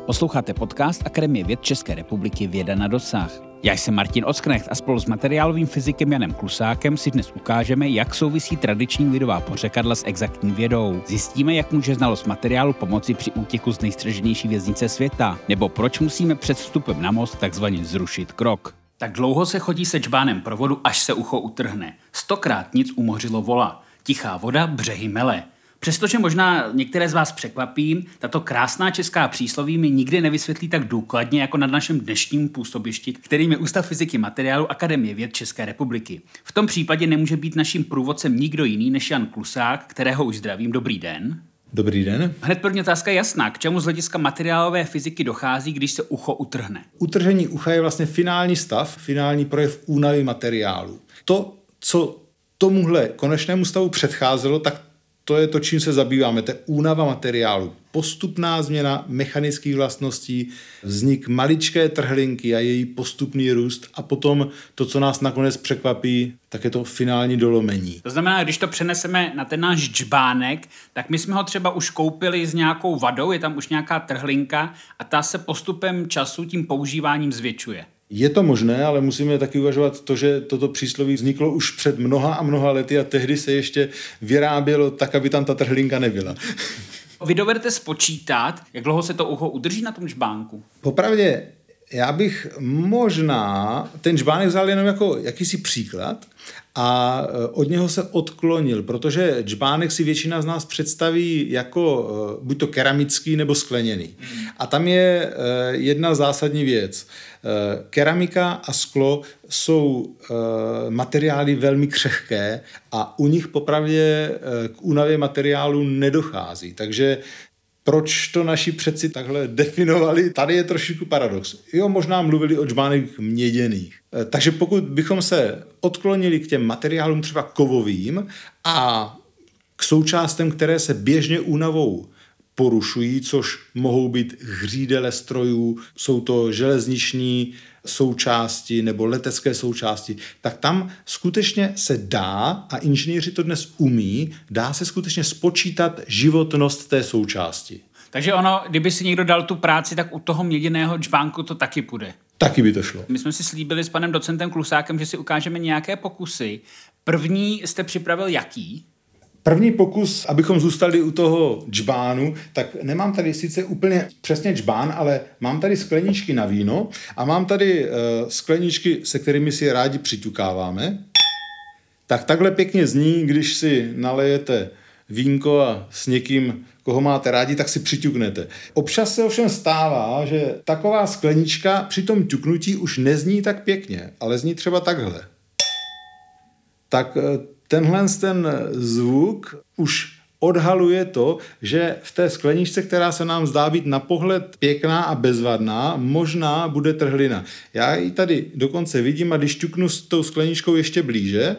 Posloucháte podcast Akademie věd České republiky Věda na dosah. Já jsem Martin Osknecht a spolu s materiálovým fyzikem Janem Klusákem si dnes ukážeme, jak souvisí tradiční lidová pořekadla s exaktní vědou. Zjistíme, jak může znalost materiálu pomoci při útěku z nejstřeženější věznice světa, nebo proč musíme před vstupem na most takzvaně zrušit krok. Tak dlouho se chodí se džbánem pro vodu, až se ucho utrhne. 100krát nic umořilo vola. Tichá voda břehy mele. Přestože možná některé z vás překvapím, tato krásná česká přísloví mi nikdy nevysvětlí tak důkladně jako na našem dnešním působišti, kterým je Ústav fyziky materiálu Akademie věd České republiky. V tom případě nemůže být naším průvodcem nikdo jiný než Jan Klusák, kterého už zdravím. Dobrý den. Dobrý den. Hned první otázka je jasná. K čemu z hlediska materiálové fyziky dochází, když se ucho utrhne? Utržení ucha je vlastně finální stav, finální projev únavy materiálu. To, co tomuhle konečnému stavu předcházelo, tak to je to, čím se zabýváme, to je únava materiálu. Postupná změna mechanických vlastností, vznik maličké trhlinky a její postupný růst a potom to, co nás nakonec překvapí, tak je to finální dolomení. To znamená, když to přeneseme na ten náš džbánek, tak my jsme ho třeba už koupili s nějakou vadou, je tam už nějaká trhlinka a ta se postupem času tím používáním zvětšuje. Je to možné, ale musíme taky uvažovat to, že toto přísloví vzniklo už před mnoha a mnoha lety a tehdy se ještě vyrábělo tak, aby tam ta trhlinka nebyla. Vy dovedete spočítat, jak dlouho se to ucho udrží na tom džbánku? Popravdě, já bych možná ten džbánek vzal jenom jako jakýsi příklad a od něho se odklonil, protože džbánek si většina z nás představí jako buď to keramický nebo skleněný. A tam je jedna zásadní věc. Keramika a sklo jsou materiály velmi křehké a u nich popravdě k únavě materiálu nedochází. Takže proč to naši předci takhle definovali? Tady je trošičku paradox. Jo, možná mluvili o džbánech měděných. Takže pokud bychom se odklonili k těm materiálům třeba kovovým a k součástem, které se běžně únavou porušují, což mohou být hřídele strojů, jsou to železniční součásti nebo letecké součásti, tak tam skutečně se dá, a inženýři to dnes umí, dá se skutečně spočítat životnost té součásti. Takže ono, kdyby si někdo dal tu práci, tak u toho měděného džbánku to taky půjde. Taky by to šlo. My jsme si slíbili s panem docentem Klusákem, že si ukážeme nějaké pokusy. První jste připravil jaký? První pokus, abychom zůstali u toho džbánu, tak nemám tady sice úplně přesně džbán, ale mám tady skleničky na víno a mám tady skleničky, se kterými si rádi přiťukáváme. Tak takhle pěkně zní, když si nalejete vínko a s někým, koho máte rádi, tak si přiťuknete. Občas se ovšem stává, že taková sklenička při tom ťuknutí už nezní tak pěkně, ale zní třeba takhle. Tak tenhle ten zvuk už odhaluje to, že v té skleničce, která se nám zdá být na pohled pěkná a bezvadná, možná bude trhlina. Já ji tady dokonce vidím a když ťuknu s tou skleničkou ještě blíže,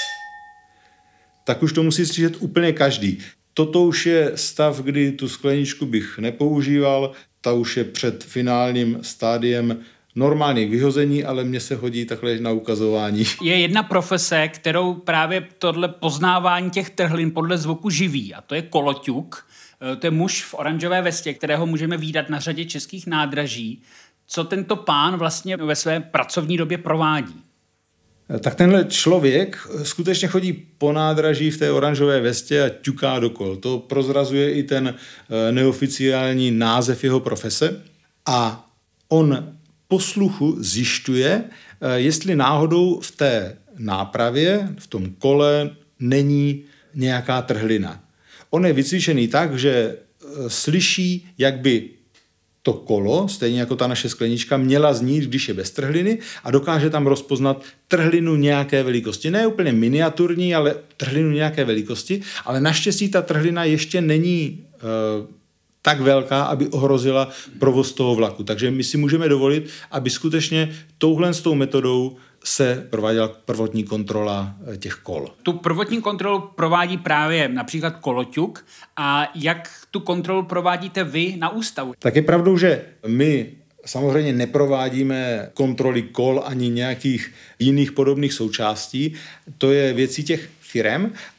tak už to musí slyšet úplně každý. Toto už je stav, kdy tu skleničku bych nepoužíval, ta už je před finálním stádiem normálně k vyhození, ale mně se hodí takhle na ukazování. Je jedna profese, kterou právě tohle poznávání těch trhlin podle zvuku živí, a to je koloťuk. To je muž v oranžové vestě, kterého můžeme vídat na řadě českých nádraží. Co tento pán vlastně ve své pracovní době provádí? Tak tenhle člověk skutečně chodí po nádraží v té oranžové vestě a ťuká dokol. To prozrazuje i ten neoficiální název jeho profese. A on po sluchu zjišťuje, jestli náhodou v té nápravě, v tom kole není nějaká trhlina. On je vycvičený tak, že slyší, jak by to kolo, stejně jako ta naše sklenička, měla znít, když je bez trhliny a dokáže tam rozpoznat trhlinu nějaké velikosti. Ne úplně miniaturní, ale trhlinu nějaké velikosti, ale naštěstí ta trhlina ještě není tak velká, aby ohrozila provoz toho vlaku. Takže my si můžeme dovolit, aby skutečně touhle s tou metodou se prováděla prvotní kontrola těch kol. Tu prvotní kontrolu provádí právě například koloťuk. A jak tu kontrolu provádíte vy na ústavu? Tak je pravdou, že my samozřejmě neprovádíme kontroly kol ani nějakých jiných podobných součástí. To je věcí těch firem,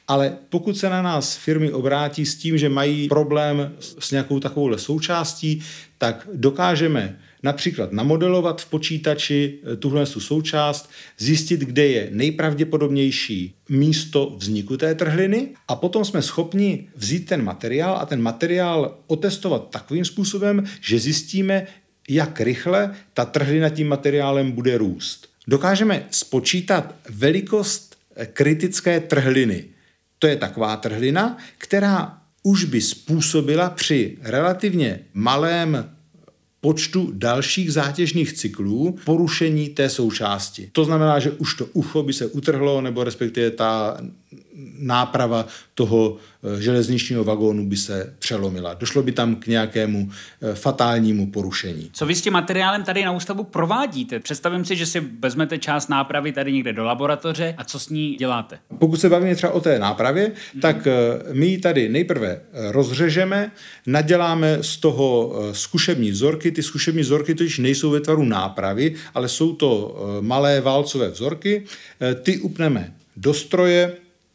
Ale pokud se na nás firmy obrátí s tím, že mají problém s nějakou takovouhle součástí, tak dokážeme například namodelovat v počítači tuhle součást, zjistit, kde je nejpravděpodobnější místo vzniku té trhliny a potom jsme schopni vzít ten materiál a ten materiál otestovat takovým způsobem, že zjistíme, jak rychle ta trhlina tím materiálem bude růst. Dokážeme spočítat velikost kritické trhliny. To je taková trhlina, která už by způsobila při relativně malém počtu dalších zátěžných cyklů porušení té součásti. To znamená, že už to ucho by se utrhlo, nebo respektive ta náprava toho železničního vagónu by se přelomila. Došlo by tam k nějakému fatálnímu porušení. Co vy s tím materiálem tady na ústavu provádíte? Představím si, že si vezmete část nápravy tady někde do laboratoře a co s ní děláte? Pokud se bavíme třeba o té nápravě, tak my ji tady nejprve rozřežeme, naděláme z toho zkušební vzorky. Ty zkušební vzorky totiž nejsou ve tvaru nápravy, ale jsou to malé válcové vzorky. Ty upneme do stroje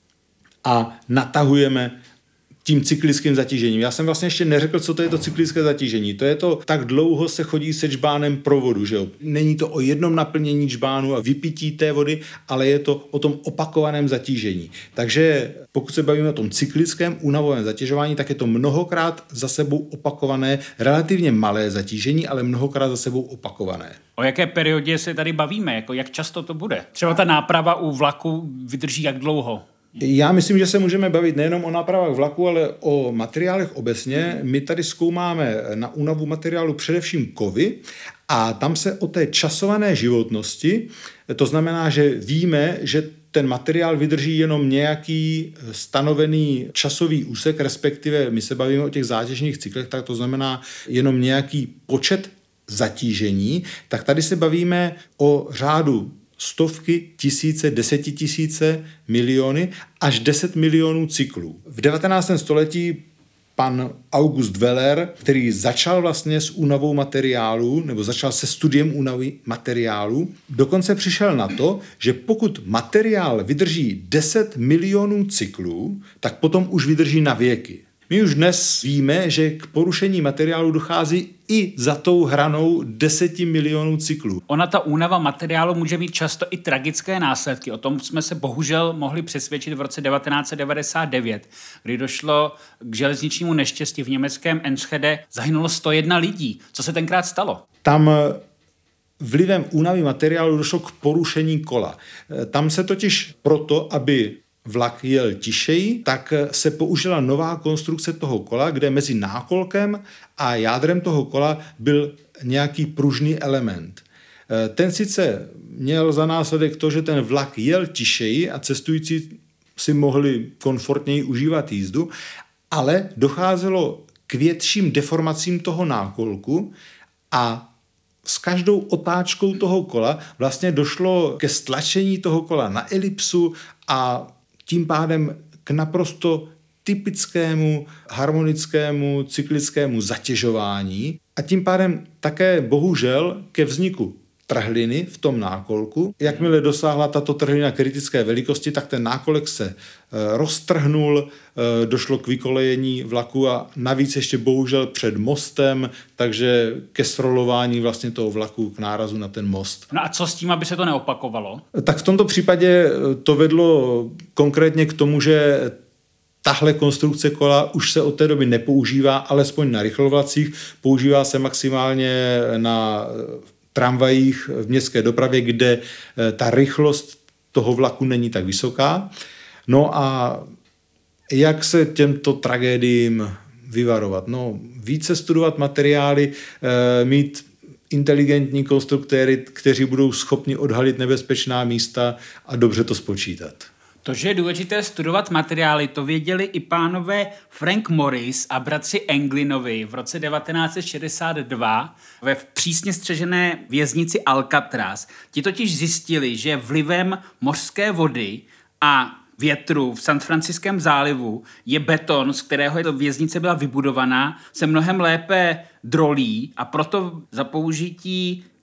a natahujeme tím cyklickým zatížením. Já jsem vlastně ještě neřekl, co to je to cyklické zatížení. To je to, tak dlouho se chodí se džbánem pro vodu, že jo. Není to o jednom naplnění džbánu a vypití té vody, ale je to o tom opakovaném zatížení. Takže pokud se bavíme o tom cyklickém únavovém zatěžování, tak je to mnohokrát za sebou opakované, relativně malé zatížení, ale mnohokrát za sebou opakované. O jaké periodě se tady bavíme? Jak často to bude? Třeba ta náprava u vlaku vydrží jak dlouho? Já myslím, že se můžeme bavit nejenom o nápravách vlaku, ale o materiálech obecně. My tady zkoumáme na únavu materiálu především kovy a tam se o té časované životnosti, to znamená, že víme, že ten materiál vydrží jenom nějaký stanovený časový úsek, respektive my se bavíme o těch zátěžných cyklech, tak to znamená jenom nějaký počet zatížení, tak tady se bavíme o řádu stovky, tisíce, desetitisíce, miliony až 10 milionů cyklů. V 19. století pan August Weller, který začal vlastně s únavou materiálu, nebo začal se studiem únavy materiálu, dokonce přišel na to, že pokud materiál vydrží 10 milionů cyklů, tak potom už vydrží na věky. My už dnes víme, že k porušení materiálu dochází i za tou hranou 10 milionů cyklů. Ona ta únava materiálu může mít často i tragické následky. O tom jsme se bohužel mohli přesvědčit v roce 1999, kdy došlo k železničnímu neštěstí v německém Enschede. Zahynulo 101 lidí. Co se tenkrát stalo? Tam vlivem únavy materiálu došlo k porušení kola. Tam se totiž proto, aby vlak jel tišeji, tak se použila nová konstrukce toho kola, kde mezi nákolkem a jádrem toho kola byl nějaký pružný element. Ten sice měl za následek to, že ten vlak jel tišeji a cestující si mohli komfortněji užívat jízdu, ale docházelo k větším deformacím toho nákolku a s každou otáčkou toho kola vlastně došlo ke stlačení toho kola na elipsu a tím pádem k naprosto typickému, harmonickému, cyklickému zatěžování a tím pádem také bohužel ke vzniku trhliny v tom nákolku. Jakmile dosáhla tato trhlina kritické velikosti, tak ten nákolek se roztrhnul, došlo k vykolejení vlaku a navíc ještě bohužel před mostem, takže ke srolování vlastně toho vlaku k nárazu na ten most. No a co s tím, aby se to neopakovalo? Tak v tomto případě to vedlo konkrétně k tomu, že tahle konstrukce kola už se od té doby nepoužívá, alespoň na rychlovlacích, používá se maximálně na tramvajích v městské dopravě, kde ta rychlost toho vlaku není tak vysoká. No a jak se těmto tragédiím vyvarovat? No, více studovat materiály, mít inteligentní konstruktéry, kteří budou schopni odhalit nebezpečná místa a dobře to spočítat. To, že je důležité studovat materiály, to věděli i pánové Frank Morris a bratři Englinovi v roce 1962 ve přísně střežené věznici Alcatraz. Ti totiž zjistili, že vlivem mořské vody a větru v San Franciském zálivu je beton, z kterého věznice byla vybudovaná, se mnohem lépe drolí a proto za použití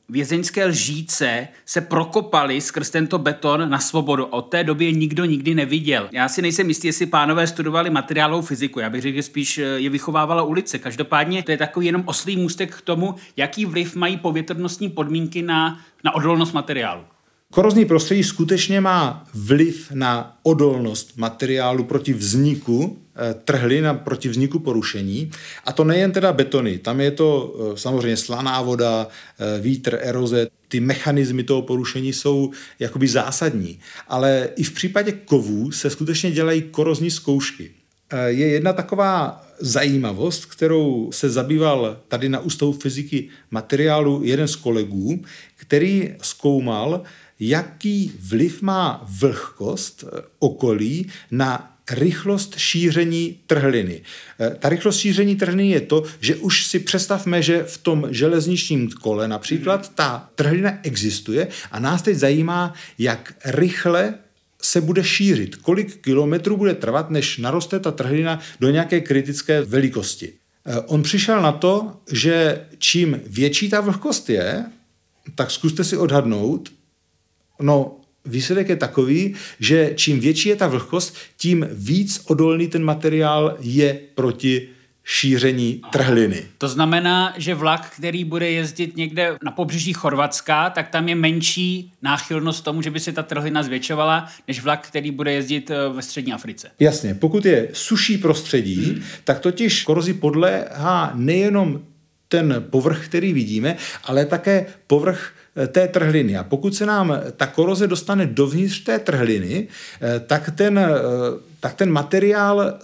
vězeňské lžíce se prokopaly skrz tento beton na svobodu. Od té doby je nikdo nikdy neviděl. Já si nejsem jistý, jestli pánové studovali materiálovou fyziku. Já bych řekl, že spíš je vychovávala ulice. Každopádně to je takový jenom oslý můstek k tomu, jaký vliv mají povětrnostní podmínky na odolnost materiálu. Korozní prostředí skutečně má vliv na odolnost materiálu proti vzniku trhlin a proti vzniku porušení. A to nejen teda betony. Tam je to samozřejmě slaná voda, vítr, eroze. Ty mechanismy toho porušení jsou jakoby zásadní. Ale i v případě kovů se skutečně dělají korozní zkoušky. Je jedna taková zajímavost, kterou se zabýval tady na Ústavu fyziky materiálu jeden z kolegů, který zkoumal, jaký vliv má vlhkost okolí na rychlost šíření trhliny. Ta rychlost šíření trhliny je to, že už si představme, že v tom železničním kole například ta trhlina existuje a nás teď zajímá, jak rychle se bude šířit, kolik kilometrů bude trvat, než naroste ta trhlina do nějaké kritické velikosti. On přišel na to, že čím větší ta vlhkost je, tak zkuste si odhadnout, výsledek je takový, že čím větší je ta vlhkost, tím víc odolný ten materiál je proti šíření trhliny. To znamená, že vlak, který bude jezdit někde na pobřeží Chorvatska, tak tam je menší náchylnost tomu, že by se ta trhlina zvětšovala, než vlak, který bude jezdit ve střední Africe. Jasně, pokud je suší prostředí, tak totiž korozi podléhá nejenom ten povrch, který vidíme, ale také povrch té trhliny. A pokud se nám ta koroze dostane dovnitř té trhliny, tak ten materiál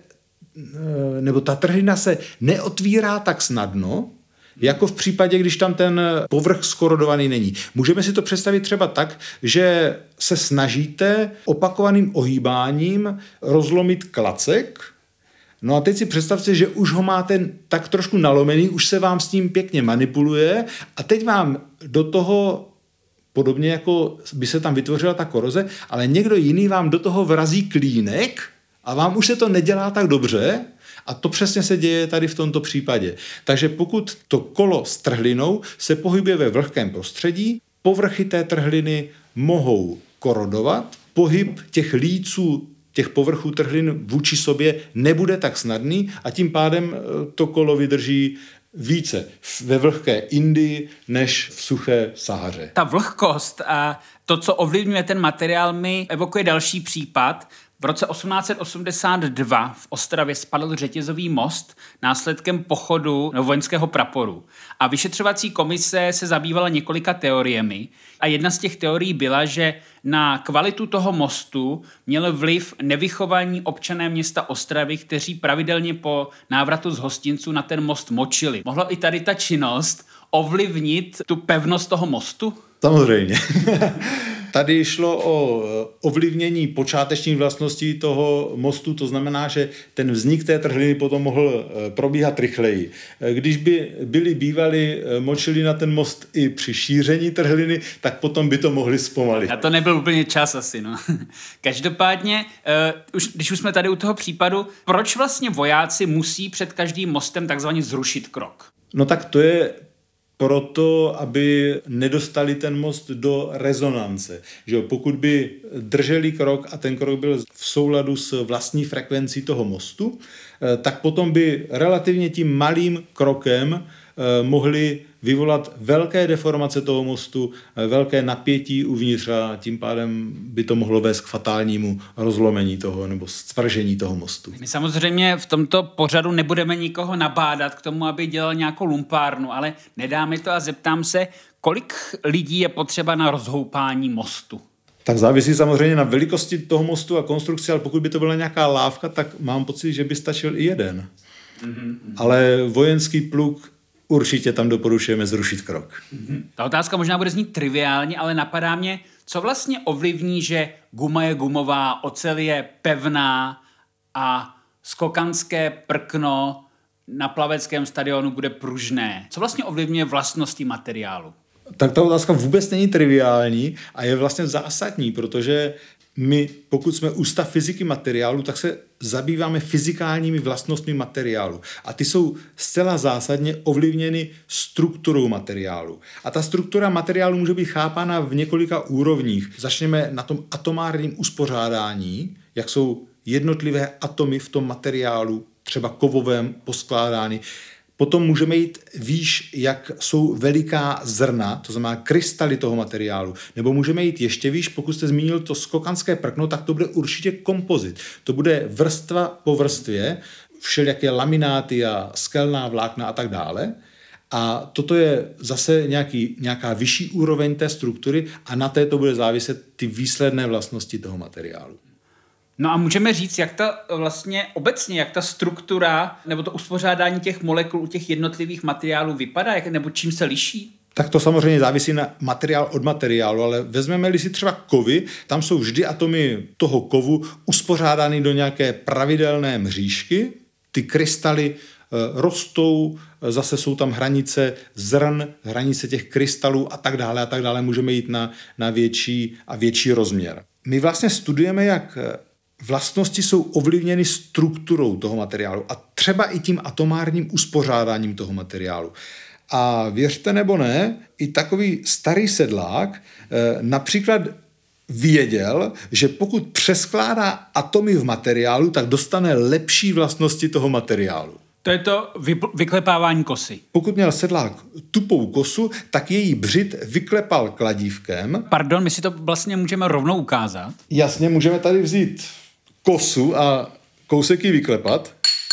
nebo ta trhlina se neotvírá tak snadno, jako v případě, když tam ten povrch skorodovaný není. Můžeme si to představit třeba tak, že se snažíte opakovaným ohýbáním rozlomit klacek. No a teď si představte, že už ho máte tak trošku nalomený, už se vám s tím pěkně manipuluje a teď vám do toho, podobně jako by se tam vytvořila ta koroze, ale někdo jiný vám do toho vrazí klínek a vám už se to nedělá tak dobře a to přesně se děje tady v tomto případě. Takže pokud to kolo s trhlinou se pohybuje ve vlhkém prostředí, povrchy té trhliny mohou korodovat, pohyb těch líců těch povrchů trhlin vůči sobě nebude tak snadný a tím pádem to kolo vydrží více ve vlhké Indii než v suché Sahaře. Ta vlhkost a to, co ovlivňuje ten materiál, mi evokuje další případ. V roce 1882 v Ostravě spadl řetězový most následkem pochodu vojenského praporu. A vyšetřovací komise se zabývala několika teoriemi. A jedna z těch teorií byla, že na kvalitu toho mostu měl vliv nevychovaní občané města Ostravy, kteří pravidelně po návratu z hostinců na ten most močili. Mohla i tady ta činnost ovlivnit tu pevnost toho mostu? Samozřejmě. Tady šlo o ovlivnění počátečních vlastností toho mostu, to znamená, že ten vznik té trhliny potom mohl probíhat rychleji. Když by byli bývali močili na ten most i při šíření trhliny, tak potom by to mohli zpomalit. A to nebyl úplně čas asi, no. Každopádně, když už jsme tady u toho případu, proč vlastně vojáci musí před každým mostem takzvaně zrušit krok? No tak to je proto, aby nedostali ten most do rezonance. Že pokud by drželi krok a ten krok byl v souladu s vlastní frekvencí toho mostu, tak potom by relativně tím malým krokem mohli vyvolat velké deformace toho mostu, velké napětí uvnitř a tím pádem by to mohlo vést k fatálnímu rozlomení toho nebo svržení toho mostu. My samozřejmě v tomto pořadu nebudeme nikoho nabádat k tomu, aby dělal nějakou lumpárnu, ale nedáme to a zeptám se, kolik lidí je potřeba na rozhoupání mostu? Tak závisí samozřejmě na velikosti toho mostu a konstrukci, ale pokud by to byla nějaká lávka, tak mám pocit, že by stačil i jeden. Ale vojenský pluk určitě tam doporučujeme zrušit krok. Ta otázka možná bude znít triviálně, ale napadá mě, co vlastně ovlivní, že guma je gumová, ocel je pevná a skokanské prkno na plaveckém stadionu bude pružné. Co vlastně ovlivňuje vlastnosti materiálu? Tak ta otázka vůbec není triviální a je vlastně zásadní, protože my, pokud jsme ústav fyziky materiálu, tak se zabýváme fyzikálními vlastnostmi materiálu. A ty jsou zcela zásadně ovlivněny strukturou materiálu. A ta struktura materiálu může být chápána v několika úrovních. Začneme na tom atomárním uspořádání, jak jsou jednotlivé atomy v tom materiálu, třeba kovovém, poskládány. Potom můžeme jít výš, jak jsou veliká zrna, to znamená krystaly toho materiálu. Nebo můžeme jít ještě výš, pokud jste zmínil to skokanské prkno, tak to bude určitě kompozit. To bude vrstva po vrstvě, všelijaké lamináty a skelná vlákna a tak dále. A toto je zase nějaká vyšší úroveň té struktury a na té to bude záviset ty výsledné vlastnosti toho materiálu. No a můžeme říct, jak ta vlastně obecně, jak ta struktura nebo to uspořádání těch molekul u těch jednotlivých materiálů vypadá, nebo čím se liší? Tak to samozřejmě závisí na materiál od materiálu, ale vezmeme-li si třeba kovy, tam jsou vždy atomy toho kovu uspořádány do nějaké pravidelné mřížky, ty krystaly rostou, zase jsou tam hranice zrn, hranice těch krystalů a tak dále, můžeme jít na větší a větší rozměr. My vlastně studujeme, jak vlastnosti jsou ovlivněny strukturou toho materiálu a třeba i tím atomárním uspořádáním toho materiálu. A věřte nebo ne, i takový starý sedlák například věděl, že pokud přeskládá atomy v materiálu, tak dostane lepší vlastnosti toho materiálu. To je to vyklepávání kosy. Pokud měl sedlák tupou kosu, tak její břit vyklepal kladívkem. Pardon, my si to vlastně můžeme rovnou ukázat. Jasně, můžeme tady vzít kosu a kousek ji vyklepat.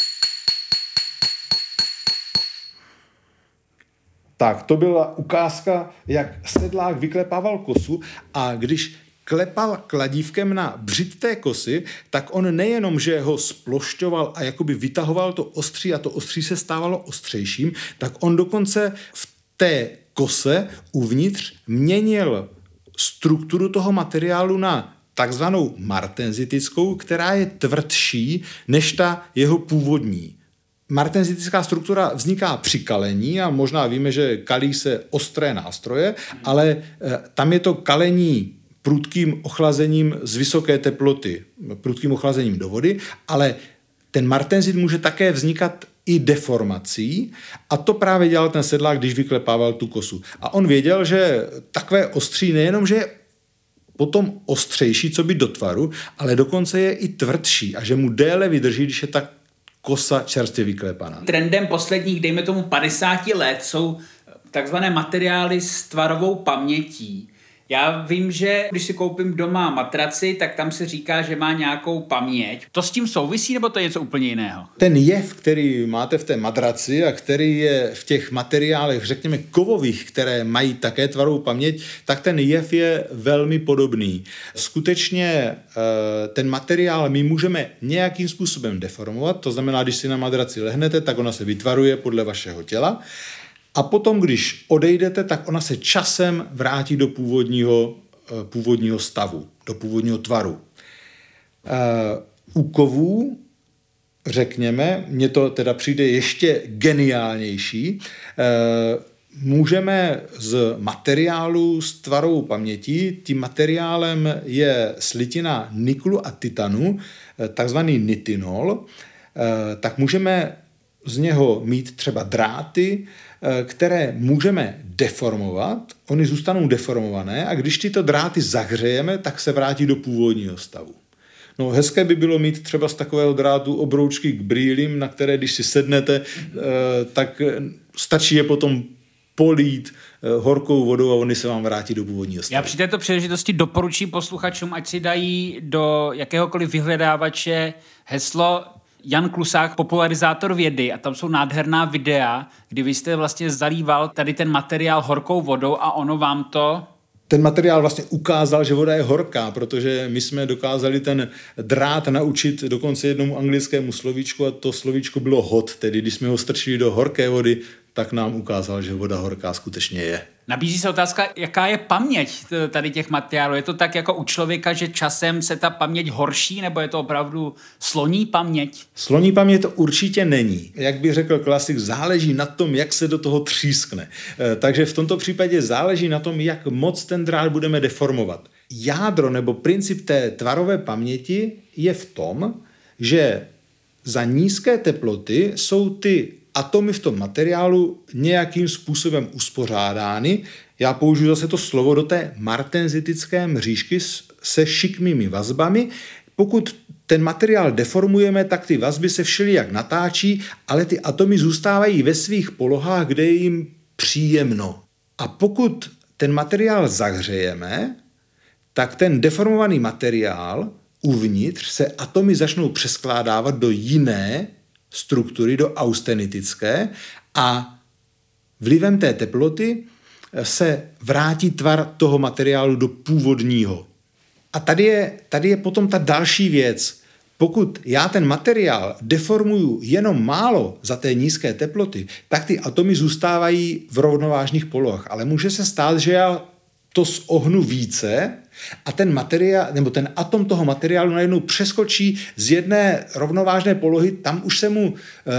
Tak, to byla ukázka, jak sedlák vyklepával kosu a když klepal kladívkem na břit té kosy, tak on nejenom, že ho splošťoval a jakoby vytahoval to ostří a to ostří se stávalo ostřejším, tak on dokonce v té kose uvnitř měnil strukturu toho materiálu na takzvanou martenzitickou, která je tvrdší než ta jeho původní. Martenzitická struktura vzniká při kalení a možná víme, že kalí se ostré nástroje, ale tam je to kalení prudkým ochlazením z vysoké teploty, prudkým ochlazením do vody, ale ten martenzit může také vznikat i deformací a to právě dělal ten sedlák, když vyklepával tu kosu. A on věděl, že takové ostří nejenom, že je potom ostřejší, co by do tvaru, ale dokonce je i tvrdší a že mu déle vydrží, když je ta kosa čerstvě vyklepaná. Trendem posledních, dejme tomu 50 let, jsou takzvané materiály s tvarovou pamětí. Já vím, že když si koupím doma matraci, tak tam se říká, že má nějakou paměť. To s tím souvisí, nebo to je něco úplně jiného? Ten jev, který máte v té matraci a který je v těch materiálech, řekněme kovových, které mají také tvarovou paměť, tak ten jev je velmi podobný. Skutečně ten materiál my můžeme nějakým způsobem deformovat, to znamená, když si na matraci lehnete, tak ona se vytvaruje podle vašeho těla. A potom, když odejdete, tak ona se časem vrátí do původního stavu, do původního tvaru. U kovů, řekněme, mně to teda přijde ještě geniálnější, můžeme z materiálu s tvarovou pamětí, tím materiálem je slitina niklu a titanu, takzvaný nitinol, tak můžeme z něho mít třeba dráty, které můžeme deformovat, oni zůstanou deformované a když tyto dráty zahřejeme, tak se vrátí do původního stavu. No, hezké by bylo mít třeba z takového drátu obroučky k brýlím, na které, když si sednete, tak stačí je potom polít horkou vodou a oni se vám vrátí do původního stavu. Já při této příležitosti doporučím posluchačům, ať si dají do jakéhokoliv vyhledávače heslo Jan Klusák, popularizátor vědy, a tam jsou nádherná videa, kdy vy jste vlastně zalíval tady ten materiál horkou vodou a ono vám to... Ten materiál vlastně ukázal, že voda je horká, protože my jsme dokázali ten drát naučit dokonce jednomu anglickému slovíčku a to slovíčko bylo hot, tedy když jsme ho strčili do horké vody, tak nám ukázal, že voda horká skutečně je. Nabízí se otázka, jaká je paměť tady těch materiálů. Je to tak jako u člověka, že časem se ta paměť horší, nebo je to opravdu sloní paměť? Sloní paměť to určitě není. Jak by řekl klasik, záleží na tom, jak se do toho třískne. Takže v tomto případě záleží na tom, jak moc ten drát budeme deformovat. jádro nebo princip té tvarové paměti je v tom, že za nízké teploty jsou ty atomy v tom materiálu nějakým způsobem uspořádány. Já použiju zase to slovo do té martenzitické mřížky se šikmými vazbami. Pokud ten materiál deformujeme, tak ty vazby se všelijak natáčí, ale ty atomy zůstávají ve svých polohách, kde je jim příjemno. A pokud ten materiál zahřejeme, tak ten deformovaný materiál uvnitř se atomy začnou přeskládávat do jiné struktury, do austenitické a vlivem té teploty se vrátí tvar toho materiálu do původního. A tady je potom ta další věc. Pokud já ten materiál deformuju jenom málo za té nízké teploty, tak ty atomy zůstávají v rovnovážných polohách. Ale může se stát, že já to zohnu více a ten materiál, nebo ten atom toho materiálu najednou přeskočí z jedné rovnovážné polohy, tam už se mu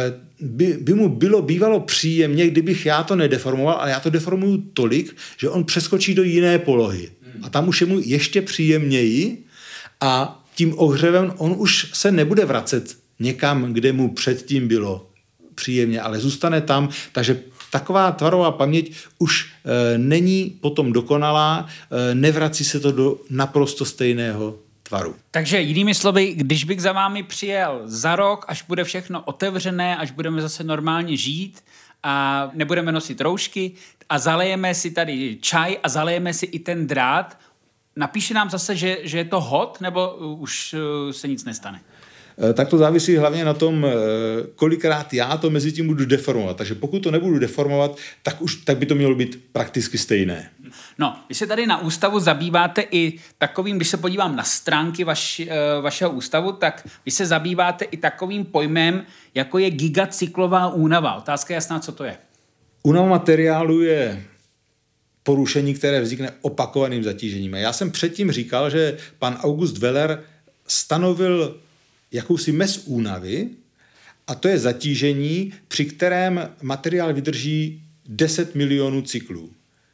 by mu bývalo příjemně, kdybych já to nedeformoval, ale já to deformuju tolik, že on přeskočí do jiné polohy. A tam už je mu ještě příjemněji a tím ohřevem on už se nebude vracet někam, kde mu předtím bylo příjemně, ale zůstane tam, takže taková tvarová paměť už není potom dokonalá, nevrací se to do naprosto stejného tvaru. Takže jinými slovy, když bych za vámi přijel za rok, až bude všechno otevřené, až budeme zase normálně žít a nebudeme nosit roušky a zalejeme si tady čaj a zalejeme si i ten drát, napíše nám zase, že je to hot, nebo už se nic nestane? Tak to závisí hlavně na tom, kolikrát já to mezi tím budu deformovat. Takže pokud to nebudu deformovat, tak by to mělo být prakticky stejné. No, vy se tady na ústavu zabýváte i takovým, když se podívám na stránky vašeho ústavu, tak vy se zabýváte i takovým pojmem, jako je gigacyklová únava. Otázka je jasná, co to je. Únava materiálu je porušení, které vznikne opakovaným zatížením. Já jsem předtím říkal, že pan August Weller stanovil jakousi mez únavy a to je zatížení, při kterém materiál vydrží 10 milionů cyklů.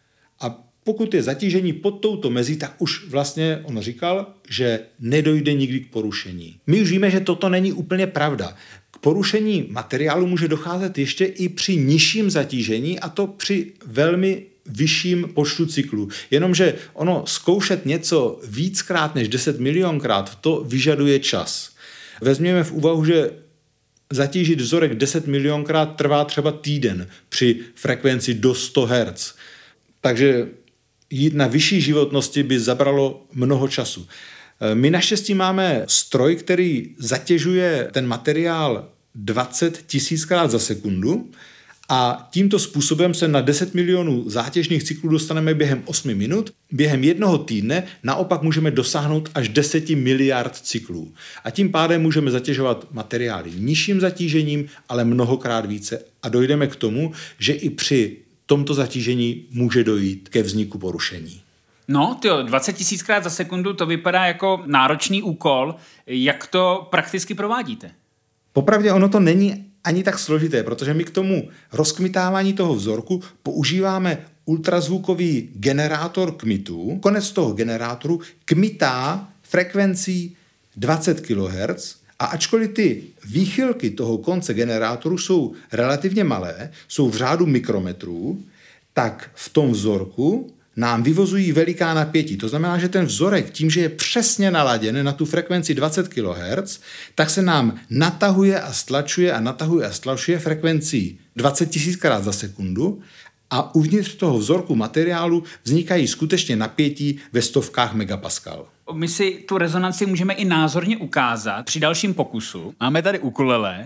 A pokud je zatížení pod touto mezí, tak už vlastně on říkal, že nedojde nikdy k porušení. My už víme, že toto není úplně pravda. K porušení materiálu může docházet ještě i při nižším zatížení a to při velmi vyšším počtu cyklů. Jenomže ono zkoušet něco víckrát než 10 milionkrát, to vyžaduje čas. Vezměme v úvahu, že zatížit vzorek 10 milionkrát trvá třeba týden při frekvenci do 100 Hz. Takže jít na vyšší životnosti by zabralo mnoho času. My naštěstí máme stroj, který zatěžuje ten materiál 20 000krát za sekundu a tímto způsobem se na 10 milionů zátěžných cyklů dostaneme během 8 minut. Během jednoho týdne naopak můžeme dosáhnout až 10 miliard cyklů. A tím pádem můžeme zatěžovat materiály nižším zatížením, ale mnohokrát více. A dojdeme k tomu, že i při tomto zatížení může dojít ke vzniku porušení. No, 20 000krát za sekundu, to vypadá jako náročný úkol. Jak to prakticky provádíte? Popravdě ono to není ani tak složité, protože my k tomu rozkmitávání toho vzorku používáme ultrazvukový generátor kmitů. Konec toho generátoru kmitá frekvencí 20 kHz a ačkoliv ty výchylky toho konce generátoru jsou relativně malé, jsou v řádu mikrometrů, tak v tom vzorku nám vyvozují veliká napětí. To znamená, že ten vzorek tím, že je přesně naladěn na tu frekvenci 20 kHz, tak se nám natahuje a stlačuje frekvencí 20 000krát za sekundu a uvnitř toho vzorku materiálu vznikají skutečně napětí ve stovkách megapaskal. My si tu rezonanci můžeme i názorně ukázat při dalším pokusu. Máme tady ukulele.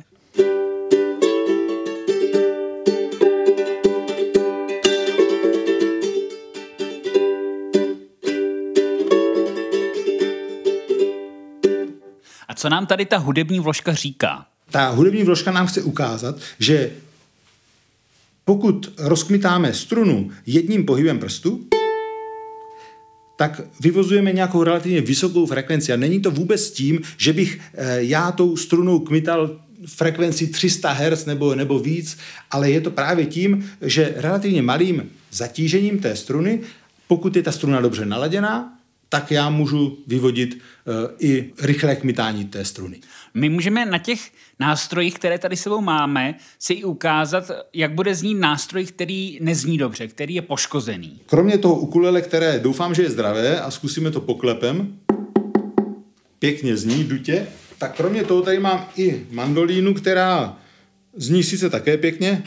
A co nám tady ta hudební vložka říká? Ta hudební vložka nám chce ukázat, že pokud rozkmitáme strunu jedním pohybem prstu, tak vyvozujeme nějakou relativně vysokou frekvenci. A není to vůbec tím, že bych já tou strunou kmital frekvenci 300 Hz nebo víc, ale je to právě tím, že relativně malým zatížením té struny, pokud je ta struna dobře naladěná, tak já můžu vyvodit i rychlé kmitání té struny. My můžeme na těch nástrojích, které tady sebou máme, si i ukázat, jak bude znít nástroj, který nezní dobře, který je poškozený. Kromě toho ukulele, které doufám, že je zdravé a zkusíme to poklepem, pěkně zní dutě, tak kromě toho tady mám i mandolínu, která zní sice také pěkně,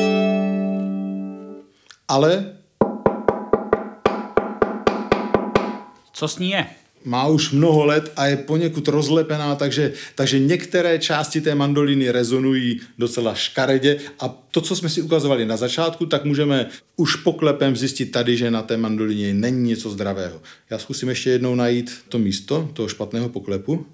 ale co s ní je? Má už mnoho let a je poněkud rozlepená, takže některé části té mandoliny rezonují docela škaredě a to, co jsme si ukazovali na začátku, tak můžeme už poklepem zjistit tady, že na té mandolině není něco zdravého. Já zkusím ještě jednou najít to místo toho špatného poklepu.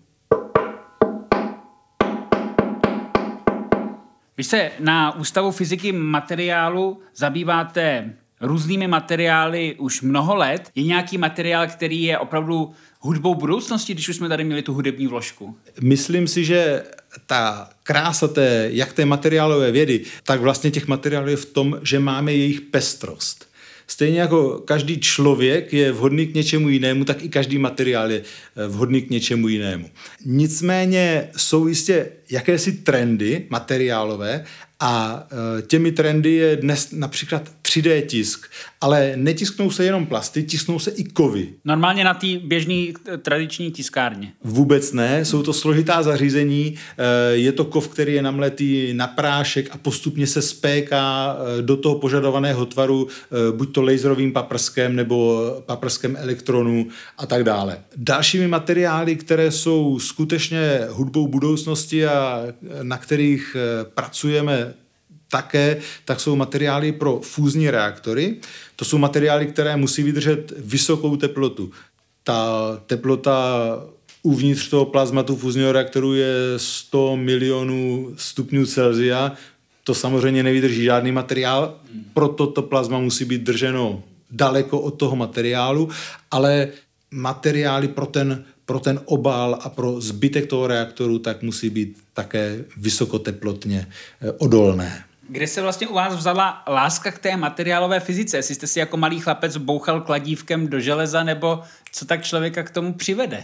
Vy se na Ústavu fyziky materiálu zabýváte různými materiály už mnoho let. Je nějaký materiál, který je opravdu hudbou budoucnosti, když už jsme tady měli tu hudební vložku? Myslím si, že ta krása jak té materiálové vědy, tak vlastně těch materiálů je v tom, že máme jejich pestrost. Stejně jako každý člověk je vhodný k něčemu jinému, tak i každý materiál je vhodný k něčemu jinému. Nicméně jsou jistě jakési trendy materiálové a těmi trendy je dnes například 3D tisk, ale netisknou se jenom plasty, tisknou se i kovy. Normálně na té běžné tradiční tiskárně? Vůbec ne, jsou to složitá zařízení, je to kov, který je namletý na prášek a postupně se spéká do toho požadovaného tvaru, buď to laserovým paprskem nebo paprskem elektronů a tak dále. Dalšími materiály, které jsou skutečně hudbou budoucnosti a na kterých pracujeme také, tak jsou materiály pro fúzní reaktory. To jsou materiály, které musí vydržet vysokou teplotu. Ta teplota uvnitř toho plazmatu fúzního reaktoru je 100 milionů stupňů Celsia. To samozřejmě nevydrží žádný materiál, proto to plazma musí být drženo daleko od toho materiálu, ale materiály pro ten obal a pro zbytek toho reaktoru tak musí být také vysokoteplotně odolné. Kde se vlastně u vás vzala láska k té materiálové fyzice? Jestli jste si jako malý chlapec bouchal kladívkem do železa, nebo co tak člověka k tomu přivede?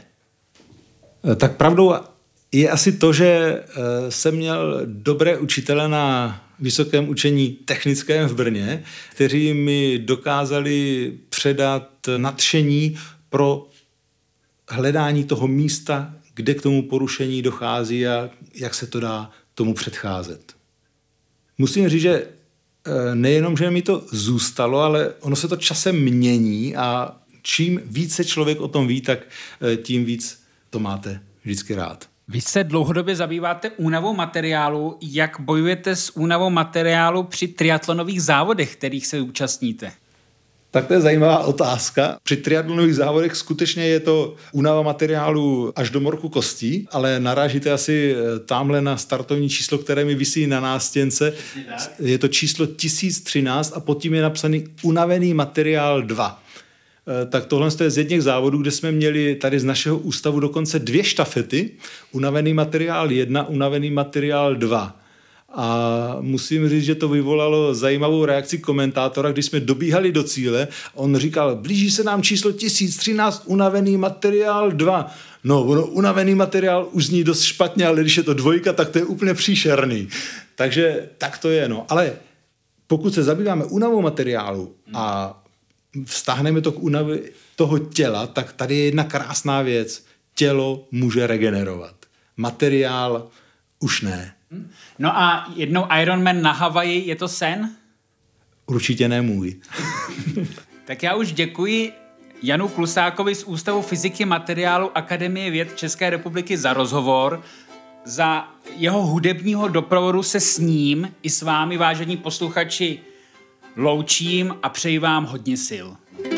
Tak pravdou je asi to, že jsem měl dobré učitele na vysokém učení technickém v Brně, kteří mi dokázali předat nadšení pro hledání toho místa, kde k tomu porušení dochází a jak se to dá tomu předcházet. Musím říct, že nejenom, že mi to zůstalo, ale ono se to časem mění a čím více člověk o tom ví, tak tím víc to máte vždycky rád. Vy se dlouhodobě zabýváte únavou materiálu. Jak bojujete s únavou materiálu při triatlonových závodech, kterých se účastníte? Tak to je zajímavá otázka. Při triatlonových závodech skutečně je to únava materiálu až do morku kostí, ale narážíte asi tamhle na startovní číslo, které mi visí na nástěnce. Je to číslo 1013 a pod tím je napsaný unavený materiál 2. Tak tohle je z jedných závodů, kde jsme měli tady z našeho ústavu dokonce 2 štafety. Unavený materiál 1, unavený materiál 2. A musím říct, že to vyvolalo zajímavou reakci komentátora, když jsme dobíhali do cíle. On říkal, blíží se nám číslo 1013, unavený materiál 2. No, unavený materiál už zní dost špatně, ale když je to 2, tak to je úplně příšerný. Takže tak to je, no. Ale pokud se zabýváme únavou materiálu a vztáhneme to k únavě toho těla, tak tady je jedna krásná věc. Tělo může regenerovat. Materiál už ne. No a jednou Ironman na Havaji, je to sen? Určitě ne můj. Tak já už děkuji Janu Klusákovi z Ústavu fyziky materiálu Akademie věd České republiky za rozhovor, za jeho hudebního doprovodu se s ním i s vámi, vážení posluchači, loučím a přeji vám hodně sil.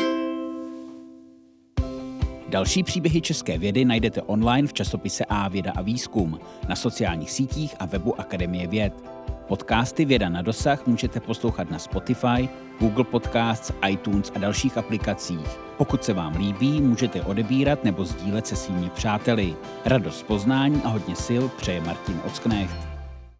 Další příběhy české vědy najdete online v časopise A Věda a výzkum, na sociálních sítích a webu Akademie věd. Podcasty Věda na dosah můžete poslouchat na Spotify, Google Podcasts, iTunes a dalších aplikacích. Pokud se vám líbí, můžete odebírat nebo sdílet se svými přáteli. Radost poznání a hodně sil přeje Martin Ocknecht.